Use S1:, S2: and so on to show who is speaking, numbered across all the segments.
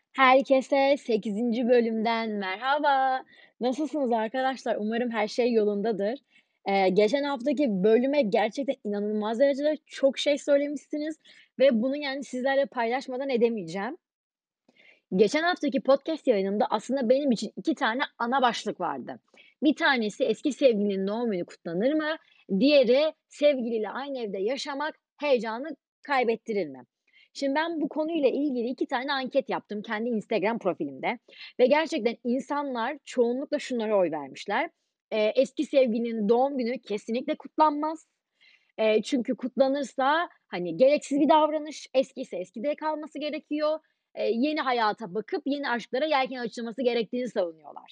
S1: Herkese 8. bölümden merhaba. Nasılsınız arkadaşlar? Umarım her şey yolundadır. Geçen haftaki bölüme gerçekten inanılmaz derecede çok şey söylemişsiniz ve bunu, yani, sizlerle paylaşmadan edemeyeceğim. Geçen haftaki podcast yayınımda aslında benim için 2 tane ana başlık vardı. Bir tanesi eski sevgilinin doğum günü kutlanır mı? Diğeri sevgiliyle aynı evde yaşamak heyecanı kaybettirir mi? Şimdi ben bu konuyla ilgili 2 tane anket yaptım kendi Instagram profilimde ve gerçekten insanlar çoğunlukla şunlara oy vermişler. Eski sevgilinin doğum günü kesinlikle kutlanmaz. Çünkü kutlanırsa, hani, gereksiz bir davranış, eskiyse eskide kalması gerekiyor. Yeni hayata bakıp yeni aşklara yelken açılması gerektiğini savunuyorlar.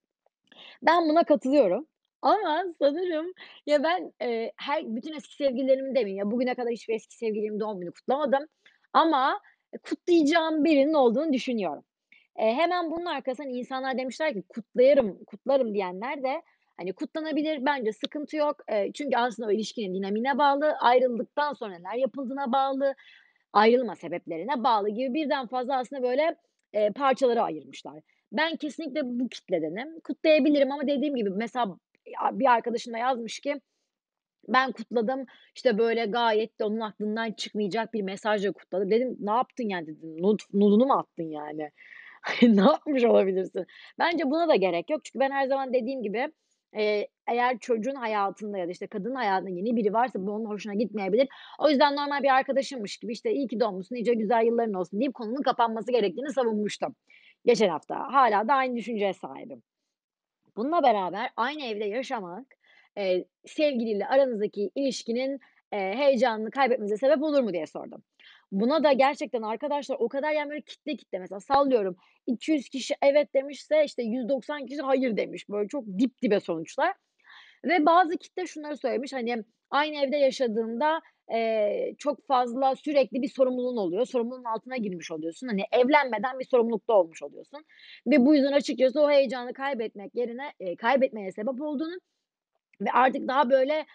S1: Ben buna katılıyorum ama sanırım ya ben, bütün eski sevgililerimin demeyeyim ya, bugüne kadar hiçbir eski sevgilimin doğum günü kutlamadım ama, kutlayacağım birinin olduğunu düşünüyorum. Hemen bunun arkasından insanlar demişler ki kutlarım kutlarım diyenler de, hani, kutlanabilir, bence sıkıntı yok. Çünkü aslında o ilişkinin dinamiğine bağlı, ayrıldıktan sonra neler yapıldığına bağlı, ayrılma sebeplerine bağlı gibi birden fazla aslında böyle, parçalara ayırmışlar. Ben kesinlikle bu kitledenim. Kutlayabilirim ama dediğim gibi mesela bir arkadaşım da yazmış ki ben kutladım, işte, böyle, gayet de onun aklından çıkmayacak bir mesajla kutladı. Dedim, "Ne yaptın yani?" dedim. Nude'unu mu attın yani? Ne yapmış olabilirsin? Bence buna da gerek yok. Çünkü ben her zaman dediğim gibi, eğer çocuğun hayatında ya da, işte, kadının hayatında yeni biri varsa bu onun hoşuna gitmeyebilir. O yüzden normal bir arkadaşımmış gibi, işte, "İyi ki doğmuşsun, nice güzel yılların olsun." deyip konunun kapanması gerektiğini savunmuştum geçen hafta. Hâlâ da aynı düşünceye sahibim. Bununla beraber aynı evde yaşamak, sevgiliyle aranızdaki ilişkinin, heyecanını kaybetmenize sebep olur mu diye sordum. Buna da gerçekten arkadaşlar o kadar, yani, böyle kitle kitle mesela sallıyorum 200 kişi evet demişse, işte, 190 kişi hayır demiş. Böyle çok dip dibe sonuçlar. Ve bazı kitle şunları söylemiş, hani, aynı evde yaşadığında, çok fazla sürekli bir sorumluluğun oluyor. Sorumluluğun altına girmiş oluyorsun. Hani, evlenmeden bir sorumlulukta olmuş oluyorsun ve bu yüzden açıkçası o heyecanı kaybetmek yerine, kaybetmeye sebep olduğunu ve artık daha böyle,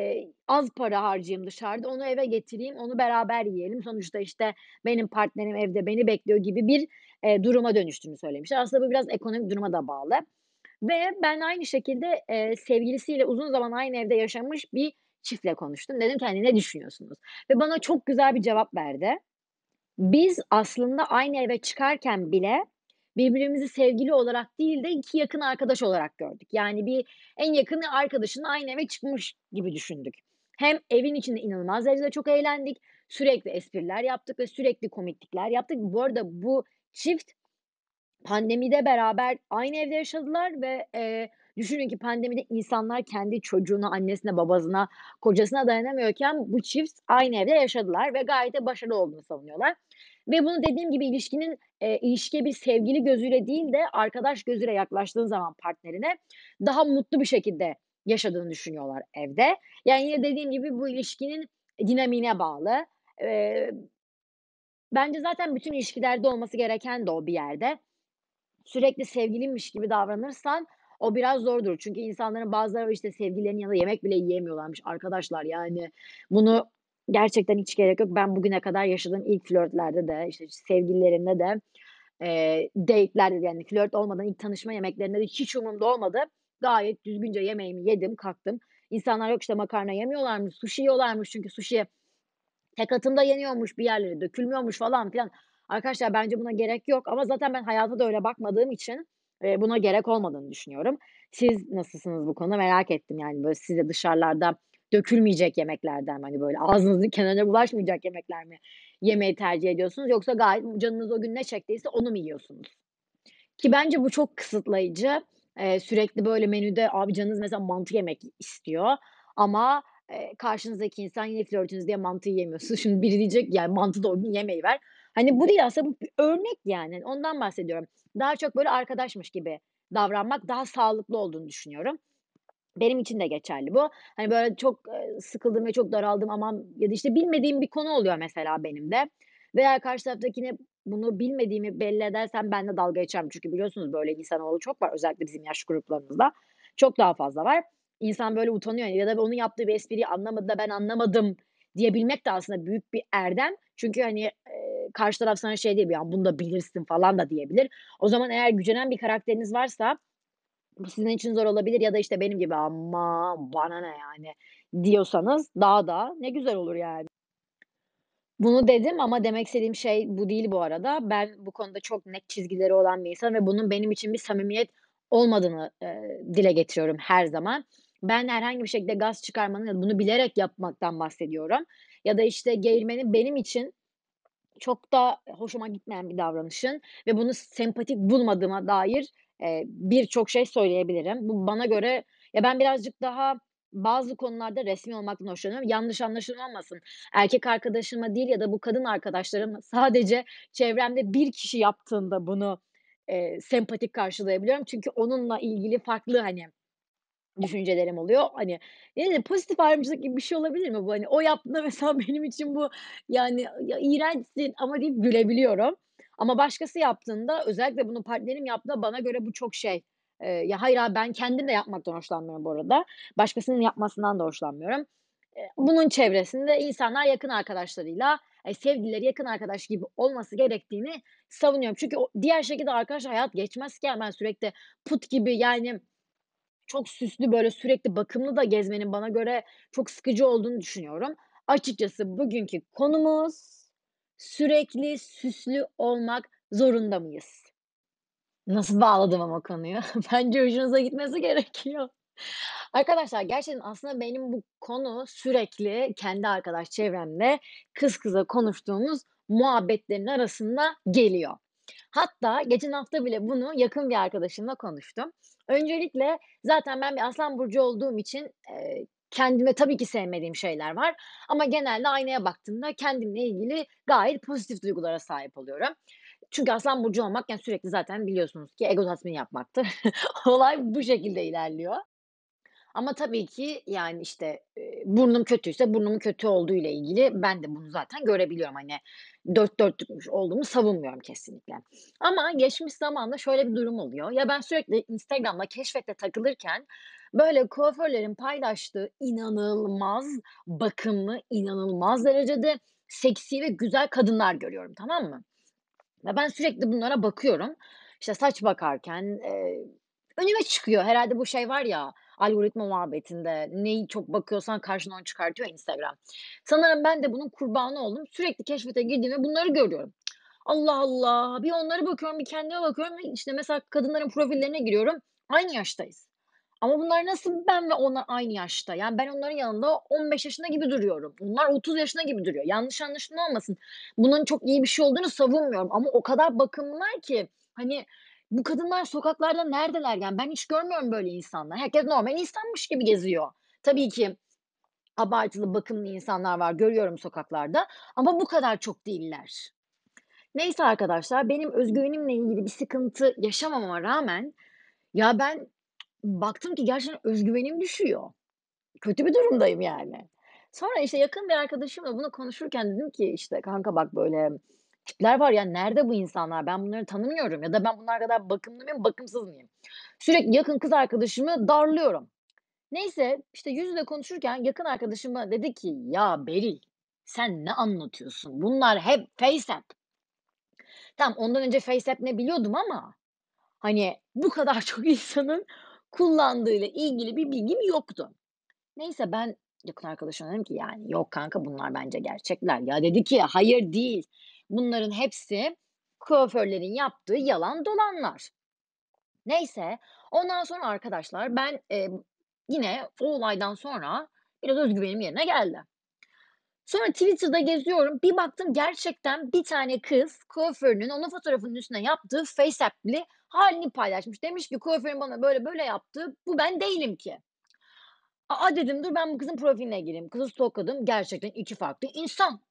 S1: az para harcayayım dışarıda, onu eve getireyim, onu beraber yiyelim. Sonuçta, işte, benim partnerim evde beni bekliyor gibi bir, duruma dönüştüğünü söylemişler. Aslında bu biraz ekonomik duruma da bağlı. Ve ben aynı şekilde, sevgilisiyle uzun zaman aynı evde yaşamış bir çiftle konuştum. Dedim ki, hani, "Ne düşünüyorsunuz?" Ve bana çok güzel bir cevap verdi. Biz aslında aynı eve çıkarken bile birbirimizi sevgili olarak değil de 2 yakın arkadaş olarak gördük. Yani en yakın arkadaşınla aynı eve çıkmış gibi düşündük. Hem evin içinde inanılmaz derecede çok eğlendik, sürekli espriler yaptık ve sürekli komiklikler yaptık. Bu arada bu çift pandemide beraber aynı evde yaşadılar ve, düşünün ki pandemide insanlar kendi çocuğuna, annesine, babasına, kocasına dayanamıyorken bu çift aynı evde yaşadılar ve gayet de başarılı olduğunu savunuyorlar. Ve bunu dediğim gibi ilişkiye bir sevgili gözüyle değil de arkadaş gözüyle yaklaştığın zaman partnerine daha mutlu bir şekilde yaşadığını düşünüyorlar evde. Yani yine dediğim gibi bu ilişkinin dinamiğine bağlı. Eee, Bence zaten bütün ilişkilerde olması gereken de o bir yerde. Sürekli sevgilinmiş gibi davranırsan o biraz zordur. Çünkü insanların bazıları, işte, sevgililerinin yanında yemek bile yiyemiyorlarmış arkadaşlar. Yani bunu gerçekten hiç gerek yok. Ben bugüne kadar yaşadığım ilk flörtlerde de, işte, sevgililerimle de, date'lerde de yani flört olmadan ilk tanışma yemeklerinde de hiç umurumda olmadı. Gayet düzgünce yemeğimi yedim, kalktım. İnsanlar yok, işte, makarna yemiyorlarmış, sushi yiyorlarmış çünkü sushi tek atımda yeniyormuş, bir yerlere dökülmüyormuş falan filan. Arkadaşlar bence buna gerek yok ama zaten ben hayata da öyle bakmadığım için, buna gerek olmadığını düşünüyorum. Siz nasılsınız bu konuda merak ettim yani, böyle, siz de dışarılarda dökülmeyecek yemeklerden mi, hani, böyle, ağzınızın kenarına bulaşmayacak yemekler mi yemeyi tercih ediyorsunuz yoksa gayet canınız o gün ne çektiyse onu mu yiyorsunuz? Ki bence bu çok kısıtlayıcı. Sürekli böyle menüde abi canınız mesela mantı yemek istiyor ama, karşınızdaki insan yine flörtünüz diye mantı yiyemiyorsun. Şimdi biri diyecek yani mantı da o gün yemeyiver. Hani bu değil aslında bu bir örnek yani. Hani ondan bahsediyorum. Daha çok böyle arkadaşmış gibi davranmak daha sağlıklı olduğunu düşünüyorum. Benim için de geçerli bu. Hani, böyle, çok, sıkıldım ve çok daraldım, aman ya da, işte, bilmediğim bir konu oluyor mesela benim de ve eğer karşı taraftakine bunu bilmediğimi belli edersem benimle dalga geçer. Çünkü biliyorsunuz böyle insanoğlu çok var özellikle bizim yaş gruplarımızda. Çok daha fazla var. İnsan, böyle, utanıyor ya da onun yaptığı bir espriyi anlamadı da ben anlamadım diyebilmek de aslında büyük bir erdem. Çünkü, hani, karşı taraf sana şey diyebilir, "Ya, bunu da bilirsin." falan da diyebilir. O zaman eğer gücenen bir karakteriniz varsa bu sizin için zor olabilir ya da, işte, benim gibi, "Aman, bana ne yani?" diyorsanız daha da ne güzel olur yani. Bunu dedim ama demek istediğim şey bu değil bu arada. Ben bu konuda çok net çizgileri olan bir insanım ve bunun benim için bir samimiyet olmadığını, dile getiriyorum her zaman. Ben herhangi bir şekilde gaz çıkarmanın ya da bunu bilerek yapmaktan bahsediyorum ya da, işte, geğirmenin benim için çok da hoşuma gitmeyen bir davranışın ve bunu sempatik bulmadığıma dair, birçok şey söyleyebilirim. Bu bana göre ya, ben birazcık daha bazı konularda resmi olmaktan hoşlanıyorum. Yanlış anlaşılmasın. Erkek arkadaşıma değil ya da bu kadın arkadaşlarıma sadece çevremde bir kişi yaptığında bunu, sempatik karşılayabiliyorum. Çünkü onunla ilgili farklı, hani, düşüncelerim oluyor. Hani, pozitif ayrımcılık gibi bir şey olabilir mi bu? Hani, o yaptığında mesela benim için bu, yani, "Ya, iğrençsin." ama deyip gülebiliyorum. Ama başkası yaptığında, özellikle bunu partnerim yaptığında bana göre bu çok şey, ya, hayır abi ben kendim de yapmaktan hoşlanmıyorum bu arada. Başkasının yapmasından da hoşlanmıyorum. Bunun çevresinde insanlar yakın arkadaşlarıyla, sevgilileri yakın arkadaş gibi olması gerektiğini savunuyorum. Çünkü o diğer şekilde arkadaş hayat geçmezken ben sürekli put gibi, yani, çok süslü, böyle, sürekli bakımlı da gezmenin bana göre çok sıkıcı olduğunu düşünüyorum. Açıkçası bugünkü konumuz sürekli süslü olmak zorunda mıyız? Nasıl bağladım ama konuyu? Bence hoşunuza gitmesi gerekiyor. Arkadaşlar gerçekten aslında benim bu konu sürekli kendi arkadaş çevremle kız kıza konuştuğumuz muhabbetlerin arasında geliyor. Hatta geçen hafta bile bunu yakın bir arkadaşımla konuştum. Öncelikle zaten ben bir Aslan burcu olduğum için, kendimde tabii ki sevmediğim şeyler var ama genelde aynaya baktığımda kendimle ilgili gayet pozitif duygulara sahip oluyorum. Çünkü Aslan burcu olmak, yani, sürekli zaten biliyorsunuz ki ego tatmini yapmaktır. Olay bu şekilde ilerliyor. Ama tabii ki, yani, işte, burnum kötüyse burnumun kötü olduğuyla ilgili ben de bunu zaten görebiliyorum. Hani, dört dörtlükmüş olduğumu savunmuyorum kesinlikle. Ama geçmiş zamanda şöyle bir durum oluyor. Ya, ben sürekli Instagram'da keşfette takılırken, böyle, kuaförlerin paylaştığı inanılmaz bakımlı, inanılmaz derecede seksi ve güzel kadınlar görüyorum, tamam mı? Ya, ben sürekli bunlara bakıyorum. İşte, saç bakarken, önüme çıkıyor. Herhâlde bu şey var ya, algoritma muhabbetinde, neyi çok bakıyorsan karşına onu çıkartıyor ya Instagram. Sanırım ben de bunun kurbanı oldum. Sürekli keşfete girdiğimde bunları görüyorum. Allah Allah! Bir onlara bakıyorum, bir kendime bakıyorum ve, işte, mesela kadınların profillerine giriyorum. Aynı yaştayız. Ama bunlar nasıl ben ve onlar aynı yaşta? Yani, ben onların yanında 15 yaşında gibi duruyorum. Bunlar 30 yaşında gibi duruyor. Yanlış anlaşılma olmasın. Bunun çok iyi bir şey olduğunu savunmuyorum ama o kadar bakımlılar ki, hani, bu kadınlar sokaklarda neredeler? Yani, ben hiç görmüyorum böyle insanlar. Herkes normal insanmış gibi geziyor. Tabii ki abartılı, bakımlı insanlar var, görüyorum sokaklarda ama bu kadar çok değiller. Neyse arkadaşlar, benim öz güvenimle ilgili bir sıkıntı yaşamamama rağmen, ya, ben baktım ki gerçekten öz güvenim düşüyor. Kötü bir durumdayım yani. Sonra, işte, yakın bir arkadaşımla bunu konuşurken dedim ki, işte, "Kanka bak böyle tipler var ya, nerede bu insanlar? Ben bunları tanımıyorum ya da ben bunlar kadar bakımlı mıyım, bakımsız mıyım?" Sürekli yakın kız arkadaşımı darlıyorum. Neyse, işte, yüz yüze konuşurken yakın arkadaşım bana dedi ki, "Ya Beril, sen ne anlatıyorsun? Bunlar hep FaceApp." Tamam, ondan önce FaceApp ne biliyordum ama, hani, bu kadar çok insanın kullandığıyla ilgili bir bilgim yoktu. Neyse ben yakın arkadaşıma dedim ki, "Yani, yok kanka bunlar bence gerçekler." Ya dedi ki, "Hayır değil. Bunların hepsi kuaförlerin yaptığı yalan dolanlar." Neyse, ondan sonra arkadaşlar ben, yine o olaydan sonra biraz öz güvenim yerine geldi. Sonra Twitter'da geziyorum, bir baktım gerçekten bir tane kız kuaförünün onun fotoğrafının üstüne yaptığı FaceApp'li hâlini paylaşmış. Demiş ki, "Kuaförüm bana böyle böyle yaptı. Bu ben değilim ki." A, dedim, dur ben bu kızın profiline gireyim. Kızı stalkladım. Gerçekten 2 farklı insan.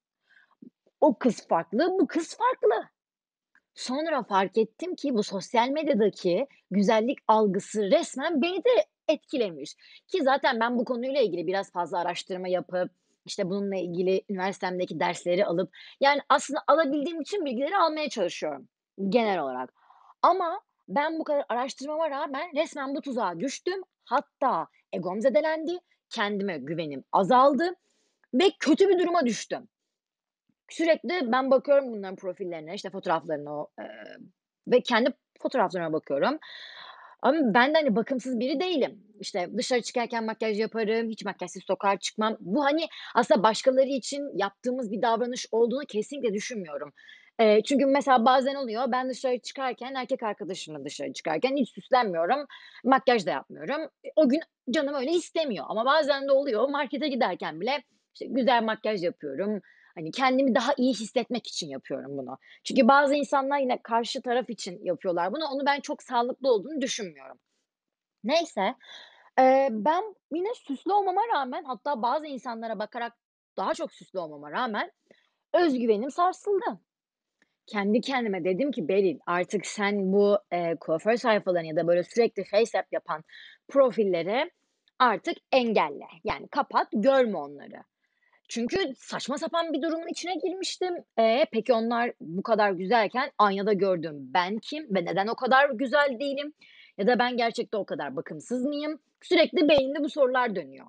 S1: O kız farklı, bu kız farklı. Sonra fark ettim ki bu sosyal medyadaki güzellik algısı resmen beni de etkilemiş. Ki zaten ben bu konuyla ilgili biraz fazla araştırma yapıp, işte, bununla ilgili üniversitemdeki dersleri alıp, yani, aslında alabildiğim bütün bilgileri almaya çalışıyorum genel olarak. Ama ben bu kadar araştırmama rağmen resmen bu tuzağa düştüm. Hatta egom zedelendi, kendime güvenim azaldı ve kötü bir duruma düştüm. Sürekli ben bakıyorum bunların profillerine, işte, fotoğraflarına ve kendi fotoğraflarıma bakıyorum. Ama ben de, hani, bakımsız biri değilim. İşte, dışarı çıkarken makyaj yaparım, hiç makyajsız sokağa çıkmam. Bu, hani, aslında başkaları için yaptığımız bir davranış olduğunu kesinlikle düşünmüyorum. Çünkü mesela bazen oluyor, ben dışarı çıkarken, erkek arkadaşımla dışarı çıkarken hiç süslenmiyorum, makyaj da yapmıyorum. O gün canım öyle istemiyor ama bazen de oluyor, markete giderken bile, işte, güzel makyaj yapıyorum. Hani, kendimi daha iyi hissetmek için yapıyorum bunu. Çünkü bazı insanlar yine karşı taraf için yapıyorlar bunu. Onu ben çok sağlıklı olduğunu düşünmüyorum. Neyse, ben yine süslü olmama rağmen hatta bazı insanlara bakarak daha çok süslü olmama rağmen öz güvenim sarsıldı. Kendi kendime dedim ki "Beril, artık sen bu, kuaför sayfalarını ya da böyle sürekli face app yapan profilleri artık engelle. Yani kapat, görme onları." Çünkü saçma sapan bir durumun içine girmiştim. Peki onlar bu kadar güzelken aynada gördüğüm ben kim ve neden o kadar güzel değilim? Ya da ben gerçekten o kadar bakımsız mıyım? Sürekli beynimde bu sorular dönüyor.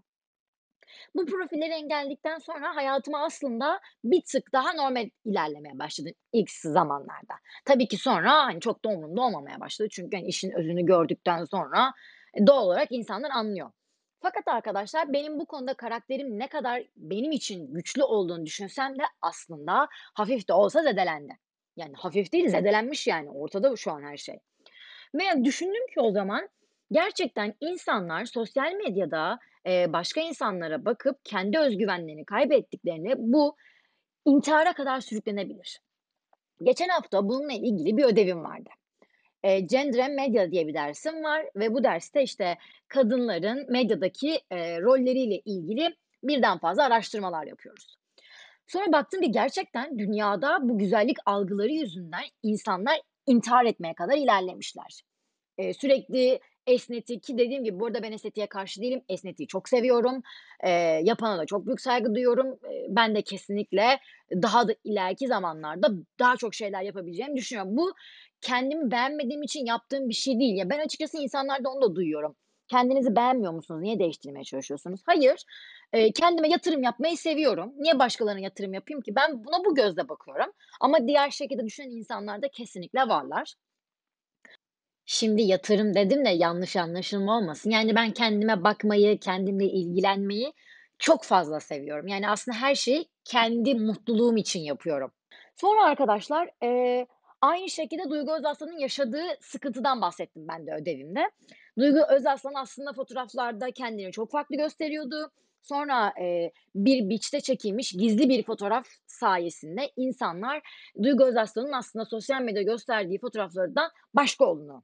S1: Bu profilleri engelledikten sonra hayatıma aslında bir tık daha normal ilerlemeye başladı ilk zamanlarda. Tabii ki sonra, hani, çok da umurumda olmamaya başladı. Çünkü, hani, işin özünü gördükten sonra, doğal olarak insanlar anlıyor. Fakat arkadaşlar benim bu konuda karakterim ne kadar benim için güçlü olduğunu düşünsem de aslında hafif de olsa zedelendi. Yani hafif değil, zedelenmiş yani. Ortada şu an her şey. Ve düşündüm ki o zaman gerçekten insanlar sosyal medyada, başka insanlara bakıp kendi özgüvenlerini kaybettiklerinde bu intihara kadar sürüklenebilir. Geçen hafta bununla ilgili bir ödevim vardı. Gender and Media diye bir dersim var ve bu derste, işte, kadınların medyadaki, rolleriyle ilgili birden fazla araştırmalar yapıyoruz. Sonra baktım ki gerçekten dünyada bu güzellik algıları yüzünden insanlar intihar etmeye kadar ilerlemişler. Sürekli estetik ki dediğim gibi bu arada ben estetiğe karşı değilim. Estetiği çok seviyorum. Yapana da çok büyük saygı duyuyorum. Ben de kesinlikle daha da ileriki zamanlarda daha çok şeyler yapabileceğimi düşünüyorum. Bu kendimi beğenmediğim için yaptığım bir şey değil. Ya, ben açıkçası insanlarda onu da duyuyorum. "Kendinizi beğenmiyor musunuz? Niye değiştirmeye çalışıyorsunuz?" Hayır, kendime yatırım yapmayı seviyorum. Niye başkalarına yatırım yapayım ki? Ben buna bu gözle bakıyorum ama diğer şekilde düşünen insanlar da kesinlikle varlar. Şimdi yatırım dedim de yanlış anlaşılma olmasın. Yani ben kendime bakmayı, kendimle ilgilenmeyi çok fazla seviyorum. Yani aslında her şeyi kendi mutluluğum için yapıyorum. Sonra arkadaşlar, aynı şekilde Duygu Özaslan'ın yaşadığı sıkıntıdan bahsettim ben de ödevimde. Duygu Özaslan aslında fotoğraflarda kendini çok farklı gösteriyordu. Sonra, bir beach'te çekilmiş gizli bir fotoğraf sayesinde insanlar Duygu Özaslan'ın aslında sosyal medyada gösterdiği fotoğraflardan başka olduğunu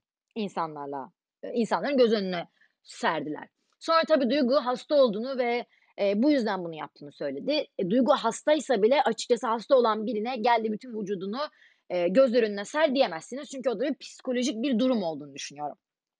S1: insanların göz önüne serdiler. Sonra tabii Duygu hasta olduğunu ve bu yüzden bunu yaptığını söyledi. Duygu hastaysa bile açıkçası hasta olan birine "Gel de bütün vücudunu, gözler önüne ser." diyemezsiniz. Çünkü o da bir psikolojik bir durum olduğunu düşünüyorum.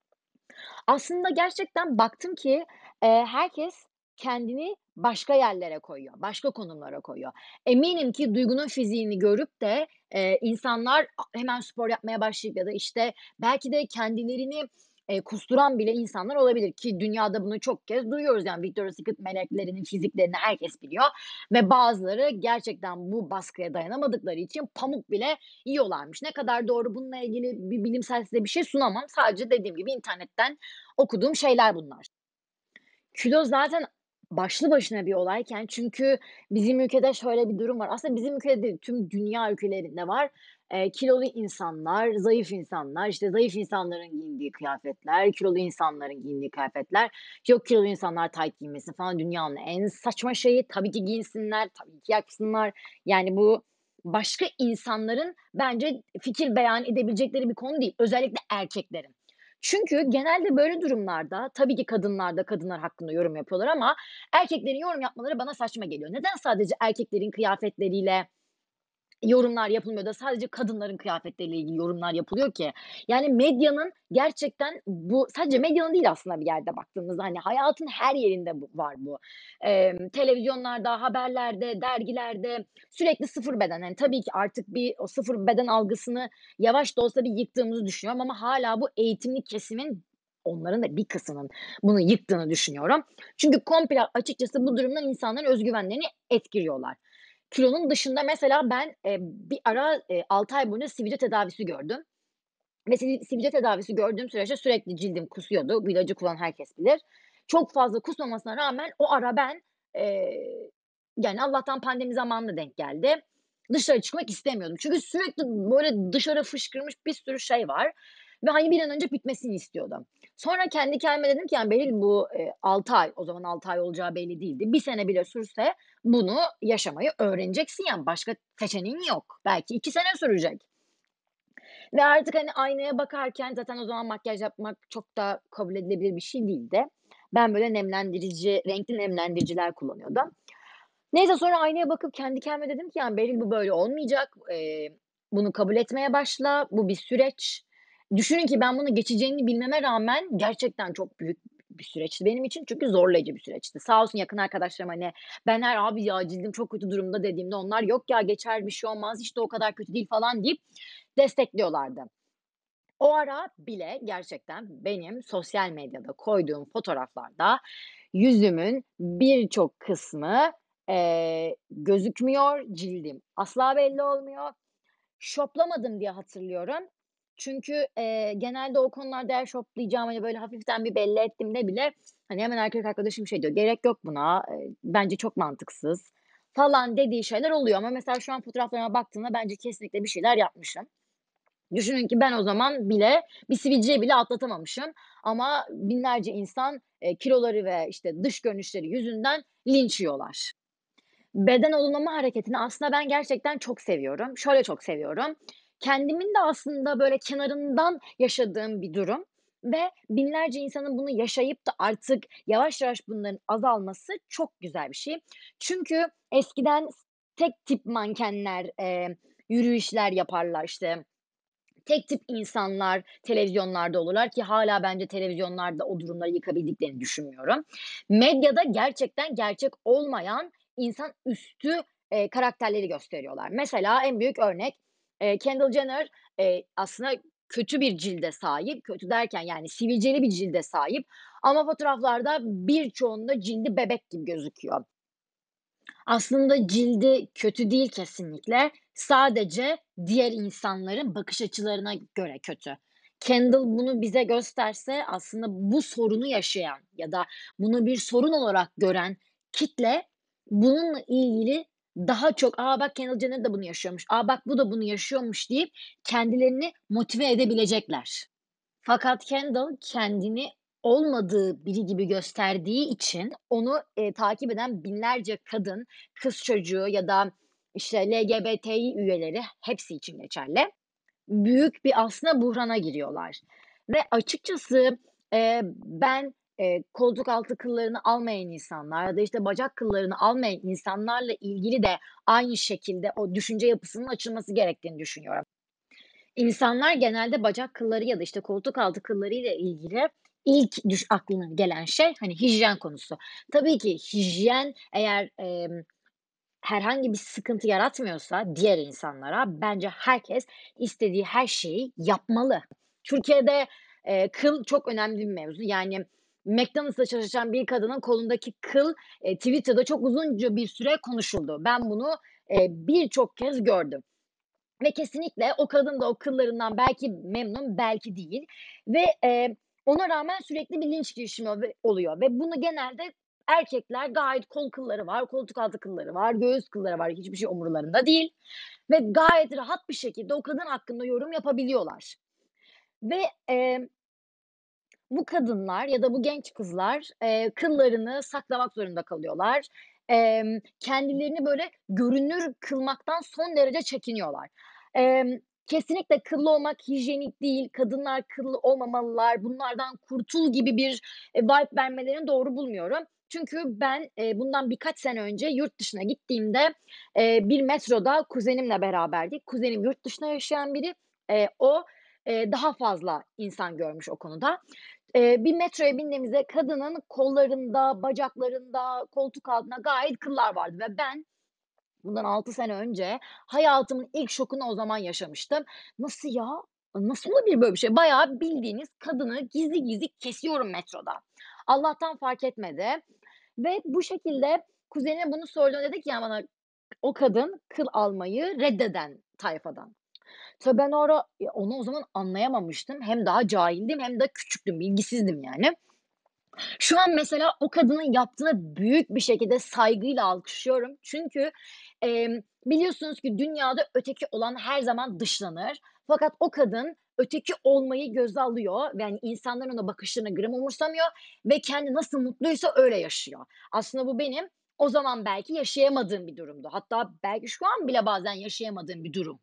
S1: Aslında gerçekten baktım ki, herkes kendini başka yerlere koyuyor, başka konumlara koyuyor. Eminim ki Duygu'nun fiziğini görüp de, insanlar hemen spor yapmaya başlayıp ya da, işte, belki de kendilerini, kusturan bile insanlar olabilir ki dünyada bunu çok kez duyuyoruz. Yani Victoria's Secret meleklerinin fiziklerini herkes biliyor ve bazıları gerçekten bu baskıya dayanamadıkları için pamuk bile yiyorlarmış. Ne kadar doğru bununla ilgili bir bilimsel size bir şey sunamam. Sadece dediğim gibi internetten okuduğum şeyler bunlar. Kilo zaten başlı başına bir olayken çünkü bizim ülkede şöyle bir durum var. Aslında bizim ülkede değil, tüm dünya ülkelerinde var. Kilolu insanlar, zayıf insanlar, işte, zayıf insanların giyindiği kıyafetler, kilolu insanların giyindiği kıyafetler. Yok kilolu insanlar tayt giymesin falan dünyanın en saçma şeyi. Tabii ki giyinsinler, tabii ki yapsınlar. Yani bu başka insanların bence fikir beyan edebilecekleri bir konu değil. Özellikle erkeklerin. Çünkü genelde böyle durumlarda tabii ki kadınlar da kadınlar hakkında yorum yapıyorlar ama erkeklerin yorum yapmaları bana saçma geliyor. Neden sadece erkeklerin kıyafetleriyle yorumlar yapılmıyor da sadece kadınların kıyafetleriyle ilgili yorumlar yapılıyor ki? Yani medyanın gerçekten bu sadece medyanın değil aslında bir yerde baktığımızda, hani, hayatın her yerinde var bu. Televizyonlarda, haberlerde, dergilerde sürekli sıfır beden. Hani, tabii ki artık o sıfır beden algısını yavaş da olsa bir yıktığımızı düşünüyorum ama hâlâ bu eğitimli kesimin onların da bir kısmının bunu yıktığını düşünüyorum. Çünkü komple açıkçası bu durumdan insanların öz güvenlerini etkiliyorlar. Kilonun dışında mesela ben, bir ara, 6 ay boyunca sivilce tedavisi gördüm ve sivilce tedavisi gördüğüm süreçte sürekli cildim kusuyordu. Bu ilacı kullanan herkes bilir. Çok fazla kusmamasına rağmen o ara ben, eee, yani Allah'tan pandemi zamanına denk geldi. Dışarı çıkmak istemiyordum. Çünkü sürekli böyle dışarı fışkırmış bir sürü şey var ve, hani, bir an önce bitmesini istiyordum. Sonra kendi kendime dedim ki, yani, Beril bu, 6 ay, o zaman 6 ay olacağı belli değildi. Bir sene bile sürse bunu yaşamayı öğreneceksin, yani, başka seçeneğin yok. Belki 2 sene sürecek. Ve artık, hani, aynaya bakarken zaten o zaman makyaj yapmak çok da kabul edilebilir bir şey değildi. Ben böyle nemlendirici, renkli nemlendiriciler kullanıyordum. Neyse sonra aynaya bakıp kendi kendime dedim ki, yani, "Beril bu böyle olmayacak. Bunu kabul etmeye başla. Bu bir süreç." Düşünün ki ben bunu geçeceğini bilmeme rağmen gerçekten çok büyük bir süreçti benim için çünkü zorlayıcı bir süreçti. Sağ olsun yakın arkadaşlarım, hani, ben her "Abi ya cildim çok kötü durumda." dediğimde onlar, "Yok ya geçer, bir şey olmaz, hiç de o kadar kötü değil." falan deyip destekliyorlardı. O ara bile gerçekten benim sosyal medyada koyduğum fotoğraflarda yüzümün birçok kısmı, gözükmüyor, cildim asla belli olmuyor. Şoplamadım diye hatırlıyorum. Çünkü, genelde o konularda eğer şoplayacağım, hani, böyle hafiften bir belli ettiğimde bile, hani, hemen erkek arkadaşım şey diyor, "Gerek yok buna, bence çok mantıksız." falan dediği şeyler oluyor ama mesela şu an fotoğraflarıma baktığımda bence kesinlikle bir şeyler yapmışım. Düşünün ki ben o zaman bile bir sivilceyi bile atlatamamışım ama binlerce insan, kiloları ve, işte, dış görünüşleri yüzünden linç yiyorlar. Beden olumlama hareketini aslında ben gerçekten çok seviyorum. Şöyle çok seviyorum, kendimin de aslında böyle kenarından yaşadığım bir durum ve binlerce insanın bunu yaşayıp da artık yavaş yavaş bunların azalması çok güzel bir şey. Çünkü eskiden tek tip mankenler, yürüyüşler yaparlar, işte, tek tip insanlar televizyonlarda olurlar ki hâlâ bence televizyonlarda o durumları yıkabildiklerini düşünmüyorum. Medyada gerçekten gerçek olmayan insan üstü, karakterleri gösteriyorlar. Mesela en büyük örnek, Kendall Jenner, aslında kötü bir cilde sahip, kötü derken yani sivilceli bir cilde sahip ama fotoğraflarda birçoğunda cildi bebek gibi gözüküyor. Aslında cildi kötü değil kesinlikle. Sadece diğer insanların bakış açılarına göre kötü. Kendall bunu bize gösterse aslında bu sorunu yaşayan ya da bunu bir sorun olarak gören kitle bununla ilgili daha çok, "A, bak Kendall Jenner da bunu yaşıyormuş. A, bak bu da bunu yaşıyormuş." deyip kendilerini motive edebilecekler. Fakat Kendall kendini olmadığı biri gibi gösterdiği için onu, takip eden binlerce kadın, kız çocuğu ya da, işte, LGBTİ üyeleri, hepsi için geçerli, büyük bir aslında buhrana giriyorlar ve açıkçası, ben, koltuk altı kıllarını almayan insanlar ya da, işte, bacak kıllarını almayan insanlarla ilgili de aynı şekilde o düşünce yapısının açılması gerektiğini düşünüyorum. İnsanlar genelde bacak kılları ya da, işte, koltuk altı kıllarıyla ilgili ilk aklına gelen şey, hani, hijyen konusu. Tabii ki hijyen eğer, herhangi bir sıkıntı yaratmıyorsa diğer insanlara bence herkes istediği her şeyi yapmalı. Türkiye'de, kıl çok önemli bir mevzu. Yani McDonald's'ta çalışan bir kadının kolundaki kıl, Twitter'da çok uzunca bir süre konuşuldu. Ben bunu, birçok kez gördüm. Ve kesinlikle o kadın da o kıllarından belki memnun, belki değil ve, ona rağmen sürekli bir linç girişimi oluyor ve bunu genelde erkekler gayet kol kılları var, koltuk altı kılları var, göğüs kılları var, hiçbir şey umurlarında değil ve gayet rahat bir şekilde o kadın hakkında yorum yapabiliyorlar ve, bu kadınlar ya da bu genç kızlar, kıllarını saklamak zorunda kalıyorlar. Kendilerini böyle görünür kılmaktan son derece çekiniyorlar. Kesinlikle kıllı olmak hijyenik değil, kadınlar kıllı olmamalılar, bunlardan kurtul gibi bir, vibe vermelerini doğru bulmuyorum. Çünkü ben, bundan birkaç sene önce yurt dışına gittiğimde, bir metroda kuzenimle beraberdik. Kuzenim yurt dışında yaşayan biri. O, daha fazla insan görmüş o konuda. Bir metroya bindiğimizde kadının kollarında, bacaklarında, koltuk altında gayet kıllar vardı ve ben bundan 6 sene önce hayatımın ilk şokunu o zaman yaşamıştım. "Nasıl ya? Nasıl olabilir böyle bir şey?" Bayağı bildiğiniz kadını gizli gizli kesiyorum metroda. Allah'tan fark etmedi ve bu şekilde kuzenime bunu sorduğunda dedi ki, "Ya bana o kadın kıl almayı reddeden tayfadan. Tabii ben o ara, onu o zaman anlayamamıştım. Hem daha cahildim hem de küçüktüm, bilgisizdim yani. Şu an mesela o kadının yaptığını büyük bir şekilde saygıyla alkışlıyorum. Çünkü, biliyorsunuz ki dünyada öteki olan her zaman dışlanır. Fakat o kadın öteki olmayı göze alıyor ve hani insanların ona bakışlarını gram umursamıyor ve kendi nasıl mutluysa öyle yaşıyor. Aslında bu benim o zaman belki yaşayamadığım bir durumdu. Hatta belki şu an bile bazen yaşayamadığım bir durum.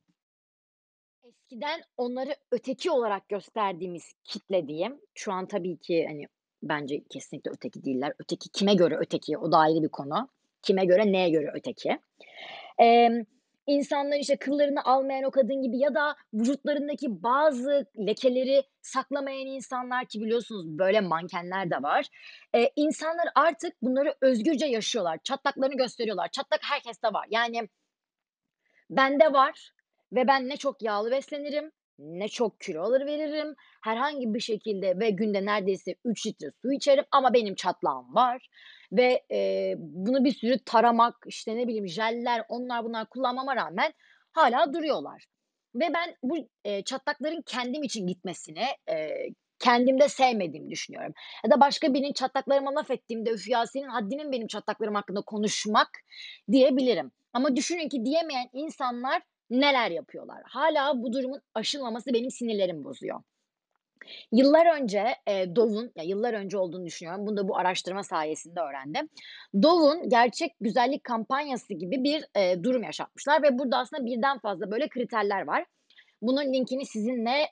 S1: Eskiden onları öteki olarak gösterdiğimiz kitle diyeyim, şu an tabii ki, hani, bence kesinlikle öteki değiller. Öteki kime göre öteki, o da ayrı bir konu. Kime göre, neye göre öteki? Emm, insanlar, işte, kıllarını almayan o kadın gibi ya da vücutlarındaki bazı lekeleri saklamayan insanlar ki biliyorsunuz böyle mankenler de var. İnsanlar artık bunları özgürce yaşıyorlar. Çatlaklarını gösteriyorlar. Çatlak herkeste var. Yani bende var ve ben ne çok yağlı beslenirim, ne çok kilo alır veririm. Herhangi bir şekilde ve günde neredeyse 3 litre su içerim ama benim çatlağım var ve, bunu bir sürü taramak, işte, ne bileyim, jeller, onlar bunlar kullanmama rağmen hâlâ duruyorlar ve ben bu, çatlakların kendim için gitmesini, kendimde sevmediğimi düşünüyorum ya da başka birinin çatlaklarıma laf ettiğimde, "Üf ya, senin haddine benim çatlaklarım hakkında konuşmak?" diyebilirim. Ama düşünün ki diyemeyen insanlar neler yapıyorlar? Hâlâ bu durumun aşılmaması benim sinirlerimi bozuyor. Yıllar önce, Dove'un, ya, yıllar önce olduğunu düşünüyorum. Bunu da bu araştırma sayesinde öğrendim. Dove'un gerçek güzellik kampanyası gibi bir, durum yaşatmışlar ve burada aslında birden fazla böyle kriterler var. Bunun linkini sizinle,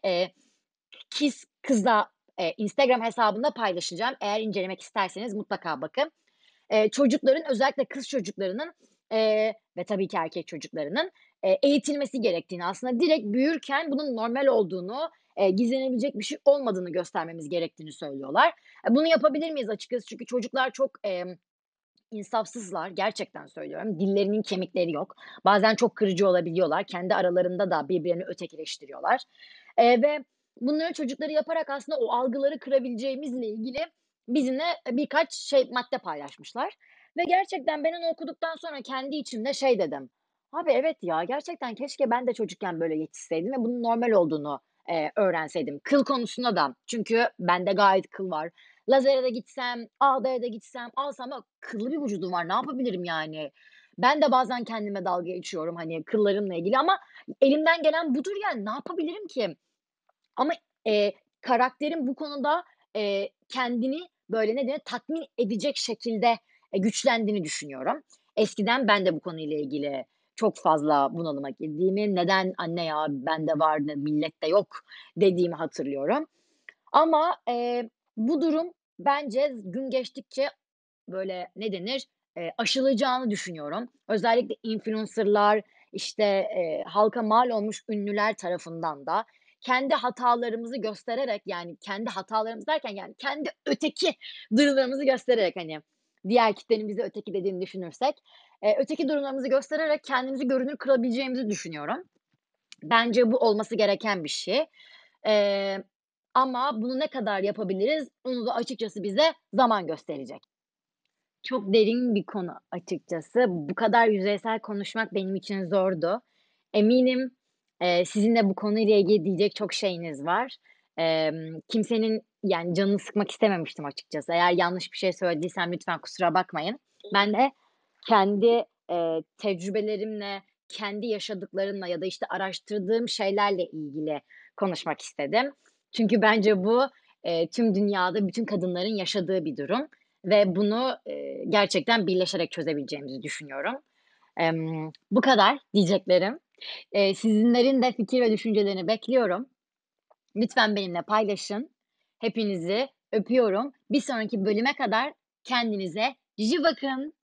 S1: Kiss Kız'a, Instagram hesabında paylaşacağım. Eğer incelemek isterseniz mutlaka bakın. Çocukların özellikle kız çocuklarının, ve tabii ki erkek çocuklarının, eğitilmesi gerektiğini, aslında direkt büyürken bunun normal olduğunu, gizlenebilecek bir şey olmadığını göstermemiz gerektiğini söylüyorlar. Bunu yapabilir miyiz açıkçası? Çünkü çocuklar çok, insafsızlar, gerçekten söylüyorum. Dillerinin kemikleri yok. Bazen çok kırıcı olabiliyorlar. Kendi aralarında da birbirlerini ötekileştiriyorlar, ve bunları çocukları yaparak aslında o algıları kırabileceğimizle ilgili bizimle, birkaç madde paylaşmışlar ve gerçekten ben onu okuduktan sonra kendi içimde şey dedim: "Abi, evet ya, gerçekten keşke ben de çocukken böyle yetişseydim ve bunun normal olduğunu, öğrenseydim." Kıl konusunda da çünkü bende gayet kıl var. Lazere de gitsem, ağdaya da gitsem, alsam da kıllı bir vücudum var. Ne yapabilirim yani? Ben de bazen kendime dalga geçiyorum, hani, kıllarımla ilgili ama elimden gelen budur yani. Ne yapabilirim ki? Ama, karakterin bu konuda, kendini, böyle, ne denir, tatmin edecek şekilde, güçlendiğini düşünüyorum. Eskiden ben de bu konuyla ilgili çok fazla bunalıma girdiğimi, "Neden anne ya, bende var, millette yok." dediğimi hatırlıyorum. Ama, bu durum bence gün geçtikçe, böyle, ne denir, aşılacağını düşünüyorum. Özellikle influencer'lar, işte, halka mal olmuş ünlüler tarafından da kendi hatalarımızı göstererek, yani, kendi hatalarımız derken, yani, kendi öteki duyularımızı göstererek, hani, diğer kitlenin bize öteki dediğini düşünürsek, öteki durumlarımızı göstererek kendimizi görünür kılabileceğimizi düşünüyorum. Bence bu olması gereken bir şey. Eee, ama bunu ne kadar yapabiliriz, onu da açıkçası bize zaman gösterecek. Çok derin bir konu açıkçası. Bu kadar yüzeysel konuşmak benim için zordu. Eminim, sizin de bu konuyla ilgili diyecek çok şeyiniz var. Kimsenin, yani, canını sıkmak istememiştim açıkçası. Eğer yanlış bir şey söylediysem lütfen kusura bakmayın. Ben de kendi, tecrübelerimle, kendi yaşadıklarımla ya da, işte, araştırdığım şeylerle ilgili konuşmak istedim. Çünkü bence bu, tüm dünyada bütün kadınların yaşadığı bir durum ve bunu, gerçekten birleşerek çözebileceğimizi düşünüyorum. Bu kadar diyeceklerim. Sizinlerin de fikir ve düşüncelerini bekliyorum. Lütfen benimle paylaşın. Hepinizi öpüyorum. Bir sonraki bölüme kadar kendinize cici bakın.